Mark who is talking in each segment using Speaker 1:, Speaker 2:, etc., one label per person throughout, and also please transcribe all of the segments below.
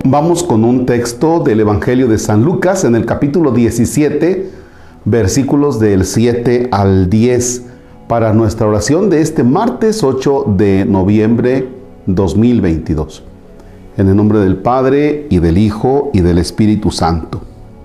Speaker 1: Vamos con un texto del Evangelio de San Lucas en el capítulo 17, versículos del 7 al 10, para nuestra oración de este martes 8 de noviembre 2022. En el nombre del Padre, y del Hijo, y del Espíritu Santo.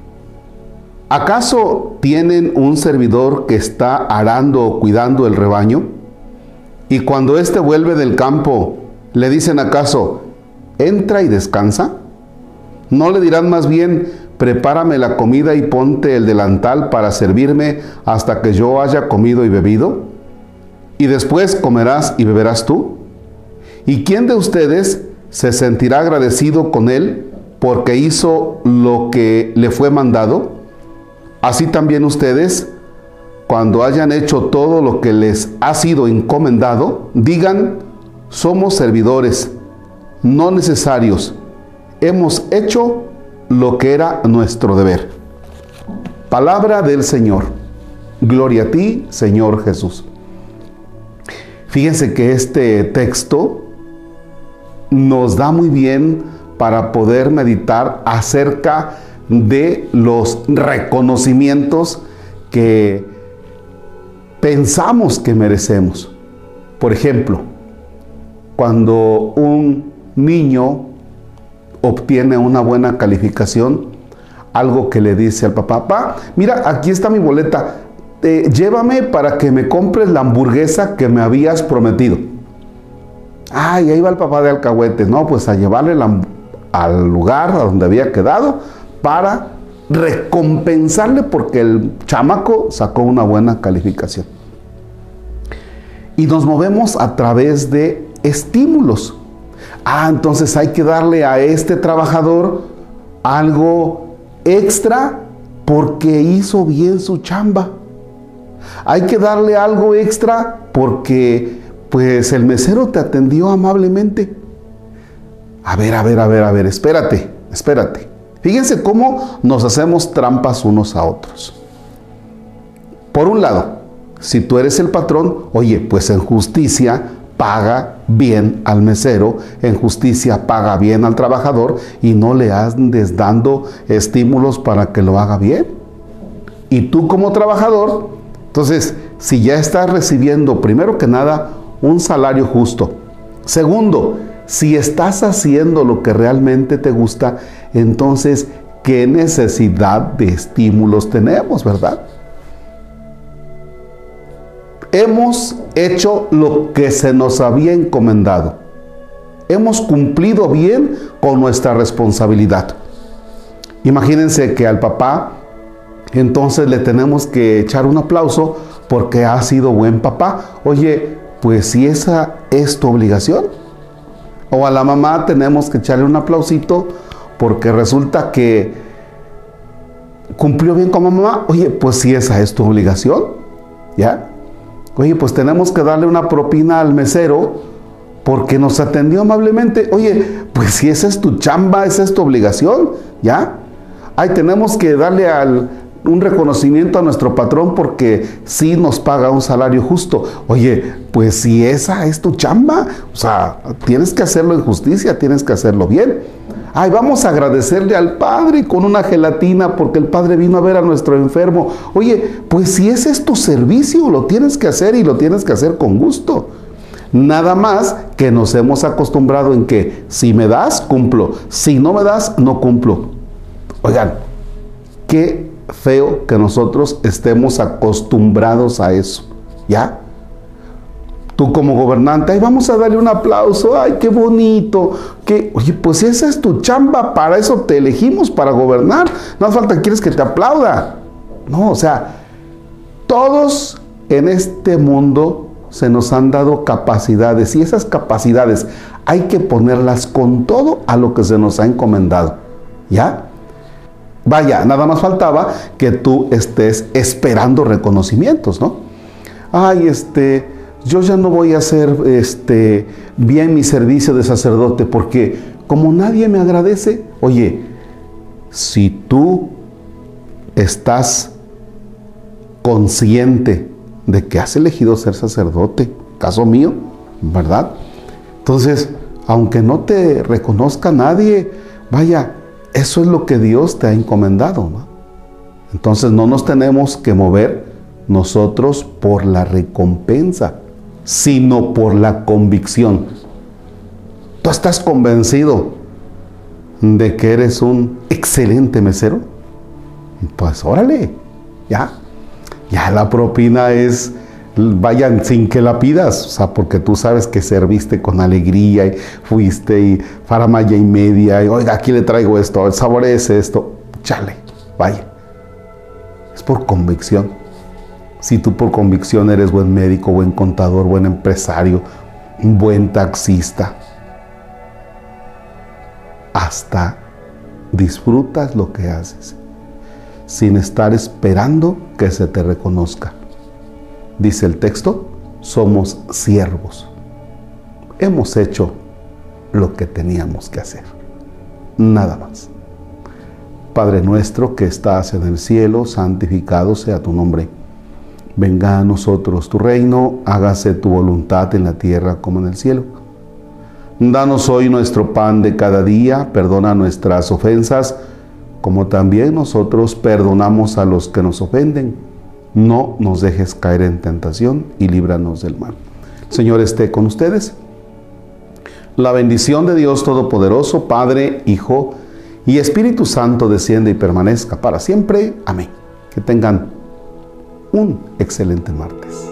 Speaker 1: ¿Acaso tienen un servidor que está arando o cuidando el rebaño? Y cuando éste vuelve del campo, ¿le dicen acaso, entra y descansa? ¿No le dirán más bien, prepárame la comida y ponte el delantal para servirme hasta que yo haya comido y bebido? Y después comerás y beberás tú. ¿Y quién de ustedes se sentirá agradecido con él porque hizo lo que le fue mandado? Así también ustedes, cuando hayan hecho todo lo que les ha sido encomendado, digan, somos servidores, no necesarios. Hemos hecho lo que era nuestro deber. Palabra del Señor. Gloria a ti, Señor Jesús. Fíjense que este texto nos da muy bien para poder meditar acerca de los reconocimientos que pensamos que merecemos. Por ejemplo, cuando un niño obtiene una buena calificación, algo que le dice al papá, papá, mira, aquí está mi boleta, llévame para que me compres la hamburguesa que me habías prometido. Y ahí va el papá de alcahuetes, no, pues a llevarle al lugar a donde había quedado para recompensarle porque el chamaco sacó una buena calificación. Y nos movemos a través de estímulos. Entonces hay que darle a este trabajador algo extra porque hizo bien su chamba. Hay que darle algo extra porque pues el mesero te atendió amablemente. A ver, espérate. Fíjense cómo nos hacemos trampas unos a otros. Por un lado, si tú eres el patrón, oye, pues en justicia paga bien al mesero, en justicia paga bien al trabajador y no le andes dando estímulos para que lo haga bien. Y tú como trabajador, entonces, si ya estás recibiendo, primero que nada, un salario justo. Segundo, si estás haciendo lo que realmente te gusta, entonces, ¿qué necesidad de estímulos tenemos, verdad? Hemos hecho lo que se nos había encomendado. Hemos cumplido bien con nuestra responsabilidad. Imagínense que al papá, entonces le tenemos que echar un aplauso porque ha sido buen papá. Oye, pues si esa es tu obligación. O a la mamá tenemos que echarle un aplausito porque resulta que cumplió bien como mamá. Oye, pues si esa es tu obligación, ¿ya? Oye, pues tenemos que darle una propina al mesero porque nos atendió amablemente. Oye, pues si esa es tu chamba, esa es tu obligación, ¿ya? Tenemos que darle un reconocimiento a nuestro patrón porque sí nos paga un salario justo. Oye, pues si esa es tu chamba, o sea, tienes que hacerlo en justicia, tienes que hacerlo bien. Vamos a agradecerle al Padre con una gelatina porque el Padre vino a ver a nuestro enfermo. Oye, pues si ese es tu servicio, lo tienes que hacer y lo tienes que hacer con gusto. Nada más que nos hemos acostumbrado en que si me das, cumplo. Si no me das, no cumplo. Oigan, qué feo que nosotros estemos acostumbrados a eso, ¿ya? Tú como gobernante, vamos a darle un aplauso, qué bonito, oye, pues si esa es tu chamba, para eso te elegimos, para gobernar, no hace falta que quieres que te aplauda. No, o sea, todos en este mundo se nos han dado capacidades y esas capacidades hay que ponerlas con todo a lo que se nos ha encomendado, ¿ya? Vaya, nada más faltaba que tú estés esperando reconocimientos, ¿no? Yo ya no voy a hacer bien mi servicio de sacerdote porque como nadie me agradece, oye, si tú estás consciente de que has elegido ser sacerdote, caso mío, ¿verdad? Entonces, aunque no te reconozca nadie, Vaya, eso es lo que Dios te ha encomendado, ¿no? Entonces no nos tenemos que mover nosotros por la recompensa, sino por la convicción. ¿Tú estás convencido de que eres un excelente mesero? Pues órale, ya la propina es, vayan sin que la pidas, o sea, porque tú sabes que serviste con alegría y fuiste y faramaya y media, y oiga, aquí le traigo esto, saborece esto, chale, vaya. Es por convicción. Si tú por convicción eres buen médico, buen contador, buen empresario, un buen taxista, hasta disfrutas lo que haces, sin estar esperando que se te reconozca. Dice el texto, somos siervos. Hemos hecho lo que teníamos que hacer. Nada más. Padre nuestro que estás en el cielo, santificado sea tu nombre. Venga a nosotros tu reino, hágase tu voluntad en la tierra como en el cielo. Danos hoy nuestro pan de cada día, perdona nuestras ofensas, como también nosotros perdonamos a los que nos ofenden. No nos dejes caer en tentación y líbranos del mal. El Señor esté con ustedes. La bendición de Dios Todopoderoso, Padre, Hijo y Espíritu Santo desciende y permanezca para siempre. Amén. Que tengan un excelente martes.